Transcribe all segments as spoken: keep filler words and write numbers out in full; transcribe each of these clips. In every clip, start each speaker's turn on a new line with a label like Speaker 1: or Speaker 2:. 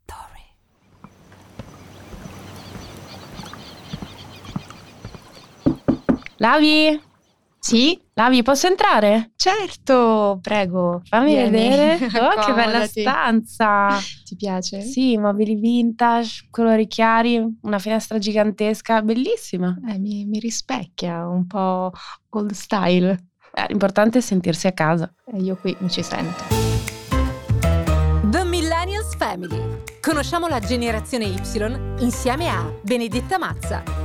Speaker 1: Lavi?
Speaker 2: Sì?
Speaker 1: Lavi, posso entrare?
Speaker 2: Certo, prego.
Speaker 1: Fammi
Speaker 2: Vieni.
Speaker 1: vedere. Oh, che bella
Speaker 2: Accomodati.
Speaker 1: stanza.
Speaker 2: Ti piace?
Speaker 1: Sì, mobili vintage, colori chiari, una finestra gigantesca, bellissima.
Speaker 2: Eh, mi, mi rispecchia, un po' old style.
Speaker 1: Eh, l'importante è sentirsi a casa.
Speaker 2: E io qui mi ci sento.
Speaker 3: The Millennials Family. Conosciamo la generazione Y insieme a Benedetta Mazza.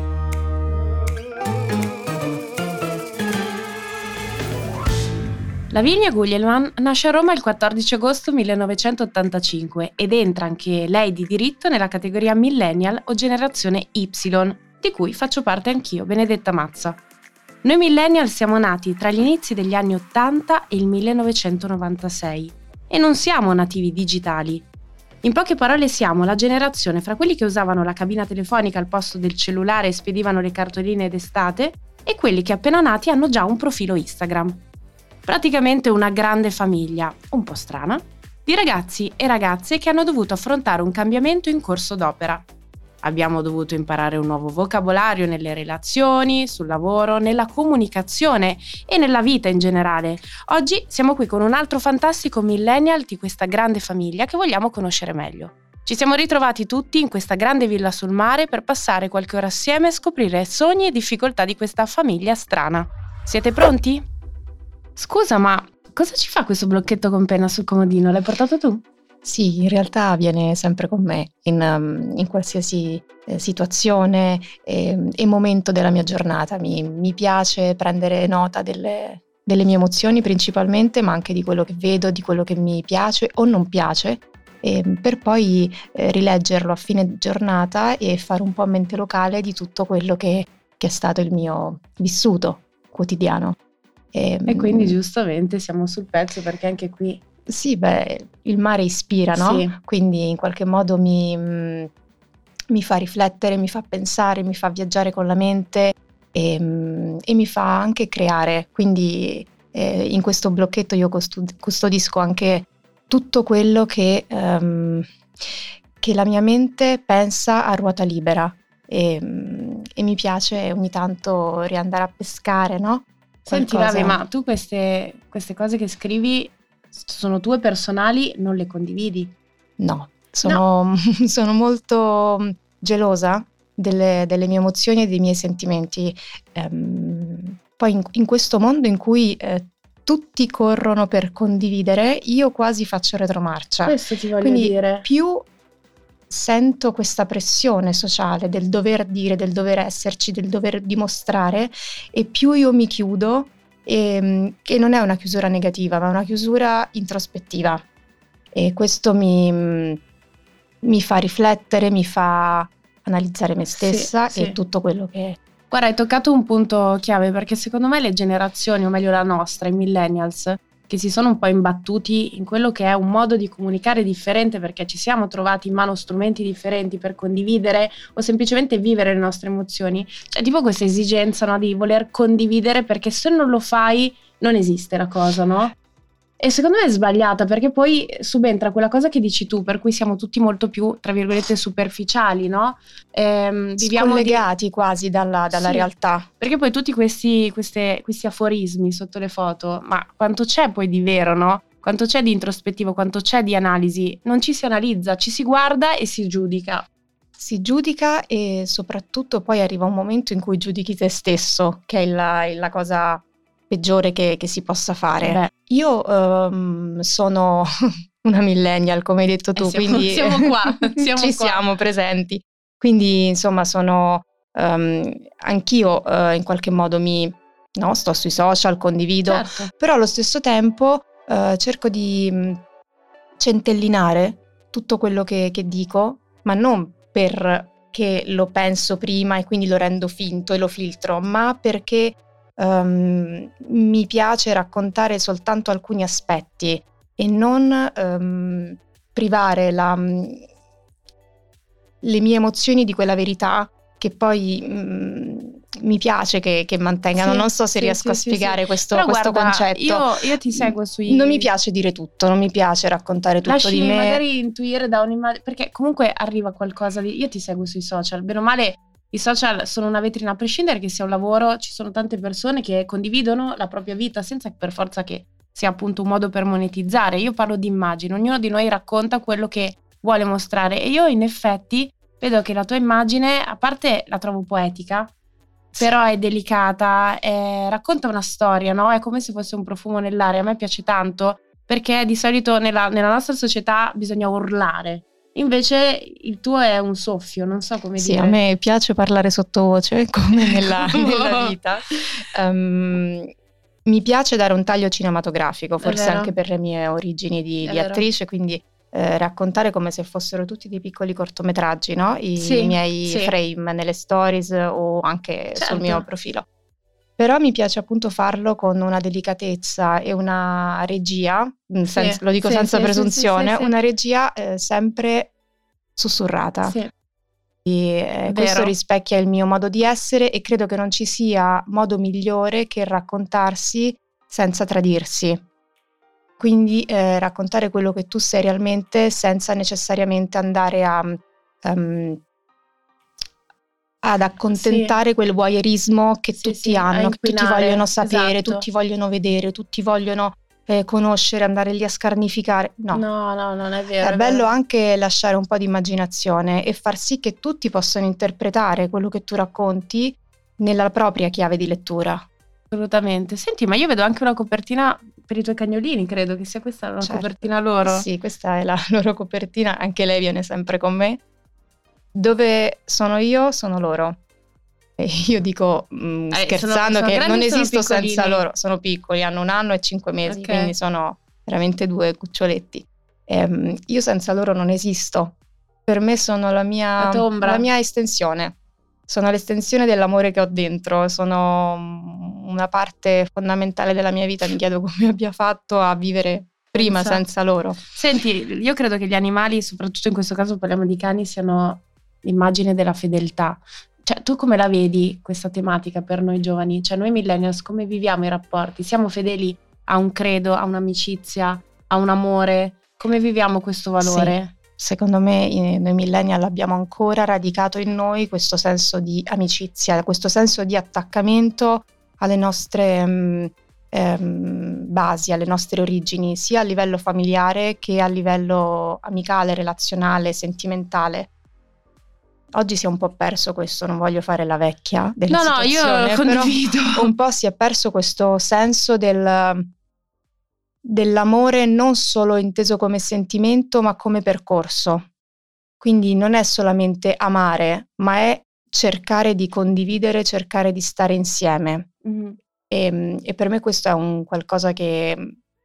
Speaker 1: Lavinia Guglielman nasce a Roma il quattordici agosto millenovecentottantacinque ed entra anche lei di diritto nella categoria Millennial o generazione Y, di cui faccio parte anch'io, Benedetta Mazza. Noi Millennial siamo nati tra gli inizi degli anni ottanta e il millenovecentonovantasei e non siamo nativi digitali. In poche parole siamo la generazione fra quelli che usavano la cabina telefonica al posto del cellulare e spedivano le cartoline d'estate e quelli che appena nati hanno già un profilo Instagram. Praticamente una grande famiglia, un po' strana, di ragazzi e ragazze che hanno dovuto affrontare un cambiamento in corso d'opera. Abbiamo dovuto imparare un nuovo vocabolario nelle relazioni, sul lavoro, nella comunicazione e nella vita in generale. Oggi siamo qui con un altro fantastico millennial di questa grande famiglia che vogliamo conoscere meglio. Ci siamo ritrovati tutti in questa grande villa sul mare per passare qualche ora assieme e scoprire sogni e difficoltà di questa famiglia strana. Siete pronti? Scusa, ma cosa ci fa questo blocchetto con penna sul comodino? L'hai portato tu?
Speaker 2: Sì, in realtà viene sempre con me, in, um, in qualsiasi eh, situazione e, e momento della mia giornata. Mi, mi piace prendere nota delle, delle mie emozioni principalmente, ma anche di quello che vedo, di quello che mi piace o non piace, e, per poi eh, rileggerlo a fine giornata e fare un po' a mente locale di tutto quello che, che è stato il mio vissuto quotidiano.
Speaker 1: E, e quindi giustamente siamo sul pezzo perché anche qui...
Speaker 2: Sì, beh, il mare ispira, no?
Speaker 1: Sì.
Speaker 2: Quindi in qualche modo mi, mi fa riflettere, mi fa pensare, mi fa viaggiare con la mente e, e mi fa anche creare. Quindi eh, in questo blocchetto io custodisco anche tutto quello che, um, che la mia mente pensa a ruota libera e, e mi piace ogni tanto riandare a pescare, no?
Speaker 1: Senti Lavi, ma tu queste, queste cose che scrivi sono tue personali, non le condividi?
Speaker 2: No, sono, no. sono molto gelosa delle, delle mie emozioni e dei miei sentimenti. Ehm, poi in, in questo mondo in cui eh, tutti corrono per condividere, io quasi faccio retromarcia.
Speaker 1: Questo ti voglio
Speaker 2: Quindi
Speaker 1: dire.
Speaker 2: Più sento questa pressione sociale del dover dire, del dover esserci, del dover dimostrare, e più io mi chiudo, e, che non è una chiusura negativa, ma una chiusura introspettiva. E questo mi, mi fa riflettere, mi fa analizzare me stessa
Speaker 1: sì,
Speaker 2: e
Speaker 1: sì.
Speaker 2: tutto quello che...
Speaker 1: Guarda, hai toccato un punto chiave, perché secondo me le generazioni, o meglio la nostra, i millennials, che si sono un po' imbattuti in quello che è un modo di comunicare differente, perché ci siamo trovati in mano strumenti differenti per condividere o semplicemente vivere le nostre emozioni. Cioè tipo questa esigenza, no, di voler condividere, perché se non lo fai non esiste la cosa, no? E secondo me è sbagliata, perché poi subentra quella cosa che dici tu, per cui siamo tutti molto più, tra virgolette, superficiali, no? Ehm, viviamo
Speaker 2: Scollegati
Speaker 1: di...
Speaker 2: quasi dalla, dalla
Speaker 1: sì,
Speaker 2: realtà.
Speaker 1: Perché poi tutti questi, queste, questi aforismi sotto le foto, ma quanto c'è poi di vero, no? Quanto c'è di introspettivo, quanto c'è di analisi? Non ci si analizza, ci si guarda e si giudica.
Speaker 2: Si giudica e soprattutto poi arriva un momento in cui giudichi te stesso, che è la, la cosa peggiore che, che si possa fare.
Speaker 1: Beh.
Speaker 2: Io um, sono una millennial, come hai detto tu,
Speaker 1: eh, siamo,
Speaker 2: quindi
Speaker 1: siamo qua, siamo
Speaker 2: ci
Speaker 1: qua.
Speaker 2: siamo presenti. Quindi insomma sono um, anch'io uh, in qualche modo mi no, sto sui social, condivido,
Speaker 1: certo.
Speaker 2: Però allo stesso tempo uh, cerco di um, centellinare tutto quello che, che dico, ma non perché lo penso prima e quindi lo rendo finto e lo filtro, ma perché Um, mi piace raccontare soltanto alcuni aspetti e non um, privare la, le mie emozioni di quella verità che poi um, mi piace che, che mantengano,
Speaker 1: Sì,
Speaker 2: non so se
Speaker 1: sì,
Speaker 2: riesco
Speaker 1: sì,
Speaker 2: a spiegare
Speaker 1: sì.
Speaker 2: questo,
Speaker 1: Però
Speaker 2: questo
Speaker 1: guarda,
Speaker 2: concetto.
Speaker 1: Io, io ti seguo sui...
Speaker 2: Non mi piace dire tutto, non mi piace raccontare tutto
Speaker 1: Lasci
Speaker 2: di me.
Speaker 1: magari intuire da un'immagine, perché comunque arriva qualcosa di... Io ti seguo sui social, bene o male i social sono una vetrina, a prescindere che sia un lavoro, ci sono tante persone che condividono la propria vita senza per forza che sia appunto un modo per monetizzare. Io parlo di immagini, ognuno di noi racconta quello che vuole mostrare e io in effetti vedo che la tua immagine, a parte la trovo poetica, però è delicata, è, racconta una storia, no? È come se fosse un profumo nell'aria. A me piace tanto perché di solito nella, nella nostra società bisogna urlare. Invece il tuo è un soffio, non so come
Speaker 2: sì,
Speaker 1: dire.
Speaker 2: Sì, a me piace parlare sottovoce come nella, nella vita. Um, mi piace dare un taglio cinematografico, forse anche per le mie origini di, di attrice, quindi eh, raccontare come se fossero tutti dei piccoli cortometraggi, no? I,
Speaker 1: sì,
Speaker 2: i miei
Speaker 1: sì.
Speaker 2: frame nelle stories o anche
Speaker 1: certo.
Speaker 2: sul mio profilo. Però mi piace appunto farlo con una delicatezza e una regia, sì, senza, lo dico
Speaker 1: sì,
Speaker 2: senza
Speaker 1: sì,
Speaker 2: presunzione,
Speaker 1: sì, sì, sì.
Speaker 2: una regia eh, sempre sussurrata.
Speaker 1: Sì.
Speaker 2: E, eh, questo rispecchia il mio modo di essere e credo che non ci sia modo migliore che raccontarsi senza tradirsi. Quindi eh, raccontare quello che tu sei realmente senza necessariamente andare a... Um, ad accontentare sì. quel voyeurismo che sì, tutti sì, hanno, che tutti vogliono sapere, esatto. tutti vogliono vedere, tutti vogliono eh, conoscere, andare lì a scarnificare. No,
Speaker 1: no, no, non è vero.
Speaker 2: È,
Speaker 1: è
Speaker 2: bello
Speaker 1: vero.
Speaker 2: anche lasciare un po' di immaginazione e far sì che tutti possano interpretare quello che tu racconti nella propria chiave di lettura.
Speaker 1: Assolutamente. Senti, ma io vedo anche una copertina per i tuoi cagnolini, credo che sia questa una
Speaker 2: certo.
Speaker 1: copertina loro.
Speaker 2: Sì, questa è la loro copertina, anche lei viene sempre con me. Dove sono io, sono loro. E io dico mh, eh, scherzando sono, sono che non esisto senza loro. Sono piccoli, hanno un anno e cinque mesi, okay. Quindi sono veramente due cuccioletti. E, mh, io senza loro non esisto. Per me sono la mia,
Speaker 1: la,
Speaker 2: la mia estensione. Sono l'estensione dell'amore che ho dentro. Sono una parte fondamentale della mia vita. Mi chiedo come abbia fatto a vivere prima senza, senza loro.
Speaker 1: Senti, io credo che gli animali, soprattutto in questo caso parliamo di cani, siano l'immagine della fedeltà. Cioè, tu come la vedi questa tematica per noi giovani? Cioè, noi millennials come viviamo i rapporti? Siamo fedeli a un credo, a un'amicizia, a un amore? Come viviamo questo valore?
Speaker 2: Sì, secondo me noi millennial abbiamo ancora radicato in noi questo senso di amicizia, questo senso di attaccamento alle nostre mh, ehm, basi, alle nostre origini, sia a livello familiare che a livello amicale, relazionale, sentimentale. Oggi si è un po' perso questo, non voglio fare la vecchia della
Speaker 1: no,
Speaker 2: situazione,
Speaker 1: no, io condivido.
Speaker 2: Un po' si è perso questo senso del, dell'amore non solo inteso come sentimento, ma come percorso. Quindi non è solamente amare, ma è cercare di condividere, cercare di stare insieme. Mm-hmm. E, e per me questo è un qualcosa che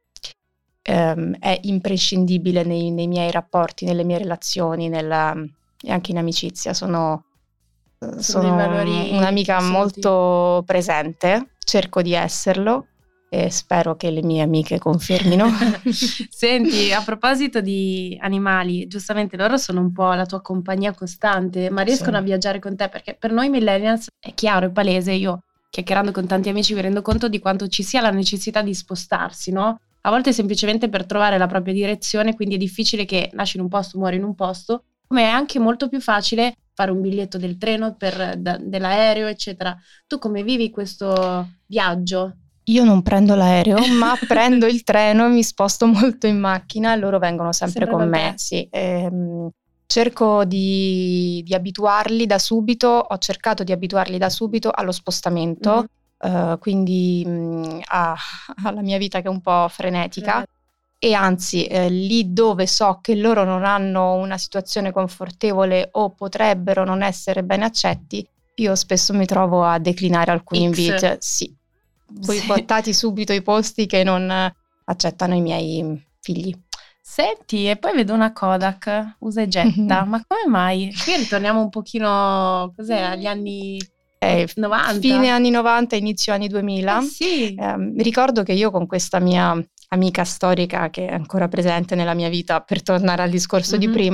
Speaker 2: ehm, è imprescindibile nei, nei miei rapporti, nelle mie relazioni, nella... e anche in amicizia. Sono, sono, sono un'amica assoluti. Molto presente, cerco di esserlo e spero che le mie amiche confermino.
Speaker 1: Senti, a proposito di animali, giustamente loro sono un po' la tua compagnia costante, ma riescono sì. a viaggiare con te? Perché per noi millennials è chiaro, è palese, io chiacchierando con tanti amici mi rendo conto di quanto ci sia la necessità di spostarsi, no? A volte semplicemente per trovare la propria direzione, quindi è difficile che nasci in un posto, muori in un posto, come è anche molto più facile fare un biglietto del treno, per, da, dell'aereo, eccetera. Tu come vivi questo viaggio?
Speaker 2: Io non prendo l'aereo, ma prendo il treno, mi sposto molto in macchina e loro vengono sempre, sempre con me. Sì, ehm, cerco di, di abituarli da subito, ho cercato di abituarli da subito allo spostamento, mm-hmm. uh, quindi mh, a, alla mia vita che è un po' frenetica. E anzi, eh, lì dove so che loro non hanno una situazione confortevole o potrebbero non essere ben accetti, io spesso mi trovo a declinare alcuni inviti. Sì, boicottati sì. subito i posti che non accettano i miei figli.
Speaker 1: Senti, e poi vedo una Kodak, usa e getta, ma come mai? Qui ritorniamo un pochino, cos'è, agli anni...
Speaker 2: Eh,
Speaker 1: novanta.
Speaker 2: Fine anni novanta, inizio anni duemila.
Speaker 1: Eh sì.
Speaker 2: Eh, mi ricordo che io con questa mia amica storica che è ancora presente nella mia vita, per tornare al discorso mm-hmm. di prima,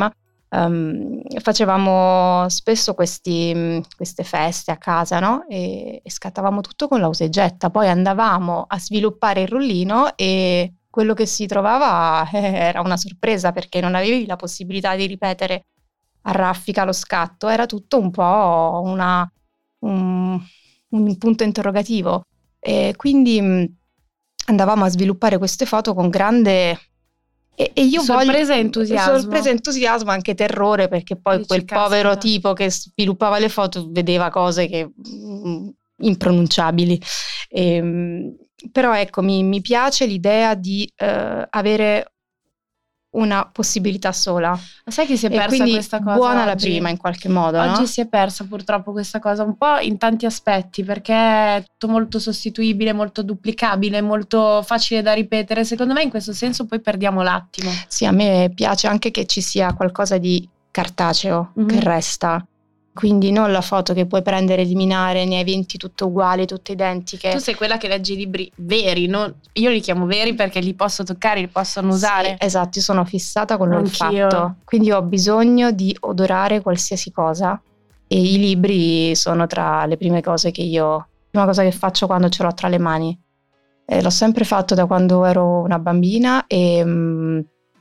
Speaker 2: um, facevamo spesso questi, queste feste a casa, no? E, e scattavamo tutto con la usa e getta, poi andavamo a sviluppare il rullino e quello che si trovava eh, era una sorpresa, perché non avevi la possibilità di ripetere a raffica lo scatto, era tutto un po' una, un, un punto interrogativo, e quindi mh, andavamo a sviluppare queste foto con grande e, e io
Speaker 1: sorpresa
Speaker 2: voglio,
Speaker 1: e entusiasmo
Speaker 2: sorpresa e entusiasmo, anche terrore, perché poi
Speaker 1: Dici,
Speaker 2: quel
Speaker 1: caspita.
Speaker 2: povero tipo che sviluppava le foto vedeva cose che mh, impronunciabili. E, mh, però ecco, mi, mi piace l'idea di uh, avere una possibilità sola.
Speaker 1: Sai che si è
Speaker 2: e
Speaker 1: persa questa cosa
Speaker 2: buona
Speaker 1: oggi.
Speaker 2: La prima in qualche modo,
Speaker 1: oggi
Speaker 2: no?
Speaker 1: si è persa purtroppo questa cosa un po' in tanti aspetti, perché è tutto molto sostituibile, molto duplicabile, molto facile da ripetere. Secondo me in questo senso poi perdiamo l'attimo.
Speaker 2: Sì, a me piace anche che ci sia qualcosa di cartaceo mm-hmm. che resta. Quindi non la foto che puoi prendere e eliminare, ne hai venti tutte uguali, tutte identiche.
Speaker 1: Tu sei quella che legge i libri veri, non... io li chiamo veri perché li posso toccare, li posso annusare.
Speaker 2: Sì, esatto, io sono fissata con l'olfatto.
Speaker 1: Anch'io.
Speaker 2: Quindi ho bisogno di odorare qualsiasi cosa e i libri sono tra le prime cose che io, prima cosa che faccio quando ce l'ho tra le mani. Eh, l'ho sempre fatto da quando ero una bambina e mh,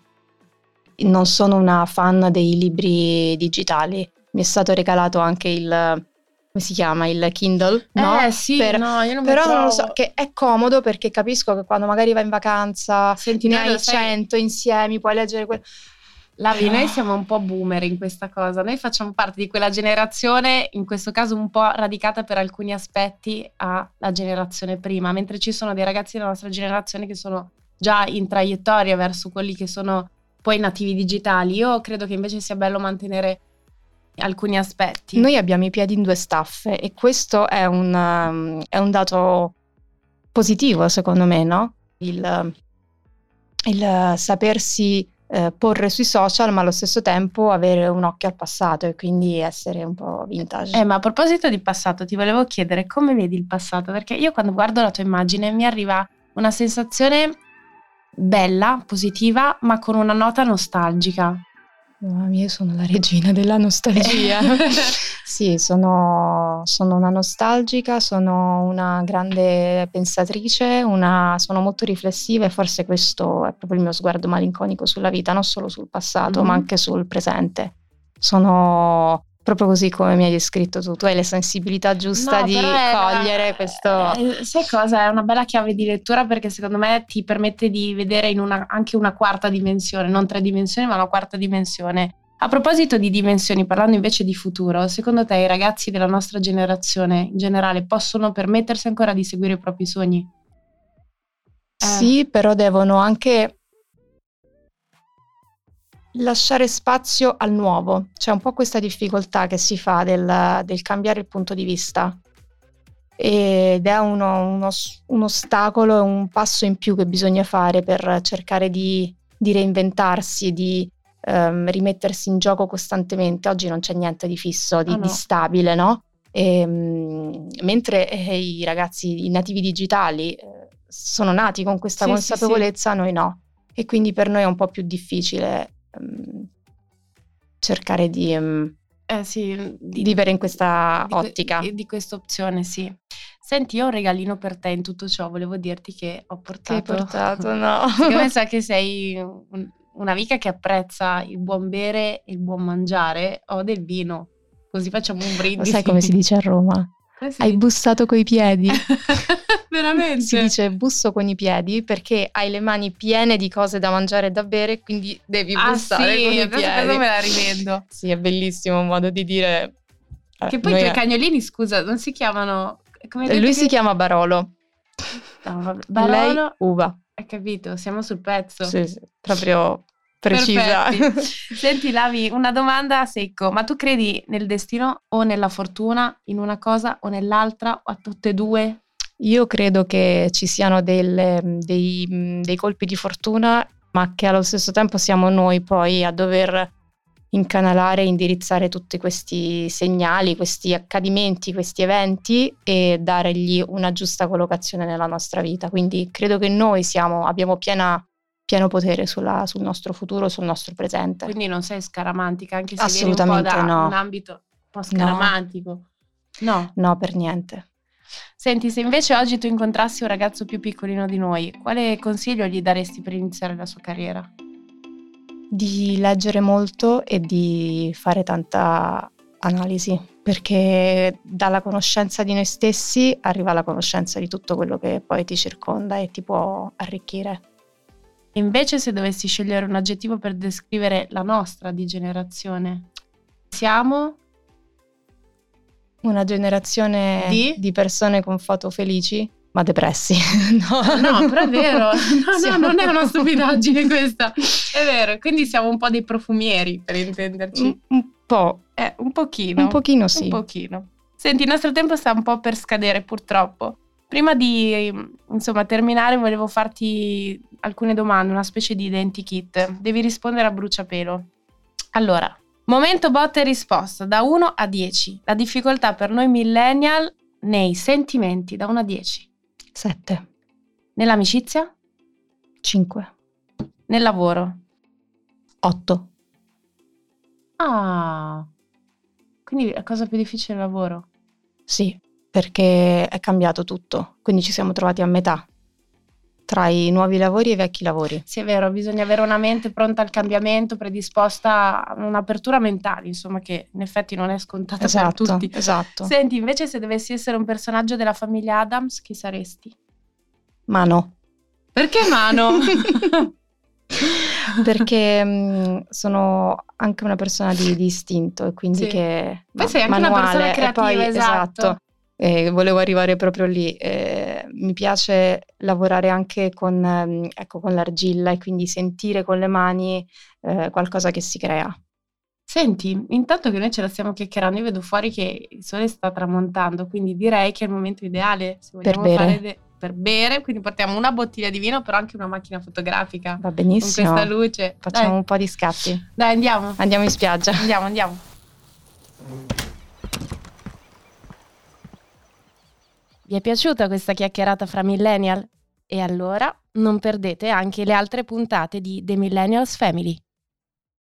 Speaker 2: non sono una fan dei libri digitali. Mi è stato regalato anche il, come si chiama, il Kindle, no?
Speaker 1: Eh sì,
Speaker 2: per,
Speaker 1: no, io non mi
Speaker 2: però
Speaker 1: trovo.
Speaker 2: non lo so, che è comodo perché capisco che quando magari vai in vacanza,
Speaker 1: senti,
Speaker 2: ne hai
Speaker 1: sai...
Speaker 2: cento insiemi, puoi leggere quello.
Speaker 1: Lavi, noi siamo un po' boomer in questa cosa, noi facciamo parte di quella generazione, in questo caso un po' radicata per alcuni aspetti alla generazione prima, mentre ci sono dei ragazzi della nostra generazione che sono già in traiettoria verso quelli che sono poi nativi digitali. Io credo che invece sia bello mantenere alcuni aspetti.
Speaker 2: Noi abbiamo i piedi in due staffe e questo è un, um, è un dato positivo secondo me, no? Il, il sapersi eh, porre sui social, ma allo stesso tempo avere un occhio al passato e quindi essere un po' vintage.
Speaker 1: Eh, ma a proposito di passato, ti volevo chiedere come vedi il passato, perché io quando guardo la tua immagine mi arriva una sensazione bella, positiva, ma con una nota nostalgica.
Speaker 2: Mamma mia, io sono la regina della nostalgia. Sì, sono, sono una nostalgica, sono una grande pensatrice, una, sono molto riflessiva e forse questo è proprio il mio sguardo malinconico sulla vita, non solo sul passato, mm-hmm. ma anche sul presente. Sono proprio così come mi hai descritto tu, tu hai la sensibilità giusta no, di cogliere
Speaker 1: una,
Speaker 2: questo...
Speaker 1: Eh, sai cosa? È una bella chiave di lettura perché secondo me ti permette di vedere in una, anche una quarta dimensione, non tre dimensioni ma una quarta dimensione. A proposito di dimensioni, parlando invece di futuro, secondo te i ragazzi della nostra generazione in generale possono permettersi ancora di seguire i propri sogni?
Speaker 2: Eh. Sì, però devono anche lasciare spazio al nuovo. C'è un po' questa difficoltà che si fa del, del cambiare il punto di vista ed è uno, uno, un ostacolo, un passo in più che bisogna fare per cercare di, di reinventarsi, di um, rimettersi in gioco costantemente. Oggi non c'è niente di fisso, di, oh no. di stabile, no? E, um, mentre eh, i ragazzi, i nativi digitali eh, sono nati con questa sì, consapevolezza, sì, sì. Noi no. E quindi per noi è un po' più difficile Um, cercare di, um,
Speaker 1: eh sì, di
Speaker 2: vivere in questa
Speaker 1: di,
Speaker 2: ottica
Speaker 1: di, di questa opzione, sì. Senti, io ho un regalino per te in tutto ciò, volevo dirti che ho portato.
Speaker 2: Che hai portato, no?
Speaker 1: Siccome sa che sei un, un'amica che apprezza il buon bere e il buon mangiare, ho del vino, così facciamo un brindisi.
Speaker 2: Sai come si dice a Roma? Hai dice? bussato coi piedi.
Speaker 1: Veramente?
Speaker 2: Si dice busso con i piedi perché hai le mani piene di cose da mangiare e da bere, quindi devi
Speaker 1: ah,
Speaker 2: bussare
Speaker 1: sì,
Speaker 2: con i piedi.
Speaker 1: Adesso me la rivendo.
Speaker 2: Sì, è bellissimo un modo di dire.
Speaker 1: Che poi i tuoi è... cagnolini, scusa, non si chiamano...
Speaker 2: Come Lui che... si chiama Barolo.
Speaker 1: No, vabbè. Barolo.
Speaker 2: Lei Uva.
Speaker 1: Hai capito, siamo sul pezzo.
Speaker 2: Sì, sì, proprio precisa.
Speaker 1: Senti Lavi, una domanda a secco, ma tu credi nel destino o nella fortuna, in una cosa o nell'altra o a tutte e due?
Speaker 2: Io credo che ci siano delle, dei, dei colpi di fortuna, ma che allo stesso tempo siamo noi poi a dover incanalare e indirizzare tutti questi segnali, questi accadimenti, questi eventi e dargli una giusta collocazione nella nostra vita. Quindi credo che noi siamo, abbiamo piena pieno potere sulla, sul nostro futuro, sul nostro presente.
Speaker 1: Quindi non sei scaramantica, anche se
Speaker 2: Assolutamente
Speaker 1: vieni un po' da
Speaker 2: no.
Speaker 1: un ambito un po' scaramantico. No.
Speaker 2: No, per niente.
Speaker 1: Senti, se invece oggi tu incontrassi un ragazzo più piccolino di noi, quale consiglio gli daresti per iniziare la sua carriera?
Speaker 2: Di leggere molto e di fare tanta analisi, perché dalla conoscenza di noi stessi arriva la conoscenza di tutto quello che poi ti circonda e ti può arricchire.
Speaker 1: E invece se dovessi scegliere un aggettivo per descrivere la nostra di generazione, siamo
Speaker 2: una generazione
Speaker 1: di,
Speaker 2: di persone con foto felici ma depressi.
Speaker 1: No, no, però è vero. No, siamo... no, non è una stupidaggine questa. È vero, quindi siamo un po' dei profumieri, per intenderci.
Speaker 2: Un, un po'.
Speaker 1: Eh, un pochino.
Speaker 2: Un pochino sì.
Speaker 1: Un pochino. Senti, il nostro tempo sta un po' per scadere, purtroppo. Prima di, insomma, terminare volevo farti alcune domande, una specie di identikit. Devi rispondere a bruciapelo. Allora, momento botta e risposta, da uno a dieci. La difficoltà per noi millennial nei sentimenti, da uno a dieci.
Speaker 2: sette.
Speaker 1: Nell'amicizia?
Speaker 2: cinque.
Speaker 1: Nel lavoro?
Speaker 2: otto.
Speaker 1: Ah, quindi la cosa più difficile è il lavoro?
Speaker 2: Sì, perché è cambiato tutto, quindi ci siamo trovati a metà tra i nuovi lavori e i vecchi lavori.
Speaker 1: Sì, è vero, bisogna avere una mente pronta al cambiamento, predisposta a un'apertura mentale, insomma, che in effetti non è scontata
Speaker 2: Esatto,
Speaker 1: per tutti.
Speaker 2: esatto.
Speaker 1: Senti, invece se dovessi essere un personaggio della famiglia Addams, chi saresti?
Speaker 2: Mano.
Speaker 1: Perché Mano?
Speaker 2: Perché mh, sono anche una persona di, di istinto e quindi
Speaker 1: sì.
Speaker 2: che
Speaker 1: poi sei anche
Speaker 2: manuale,
Speaker 1: una persona creativa,
Speaker 2: e poi,
Speaker 1: esatto,
Speaker 2: esatto. E volevo arrivare proprio lì. Eh, mi piace lavorare anche con, ehm, ecco, con l'argilla e quindi sentire con le mani eh, qualcosa che si crea.
Speaker 1: Senti, intanto che noi ce la stiamo chiacchierando, io vedo fuori che il sole sta tramontando, quindi direi che è il momento ideale se vogliamo
Speaker 2: per bere.
Speaker 1: fare de- per bere, quindi portiamo una bottiglia di vino, però anche una macchina fotografica.
Speaker 2: Va benissimo.
Speaker 1: Con questa luce.
Speaker 2: Facciamo
Speaker 1: Dai.
Speaker 2: un po' di scatti.
Speaker 1: Dai, andiamo.
Speaker 2: Andiamo in spiaggia.
Speaker 1: Andiamo, andiamo. Vi è piaciuta questa chiacchierata fra millennial? E allora non perdete anche le altre puntate di The Millennials Family.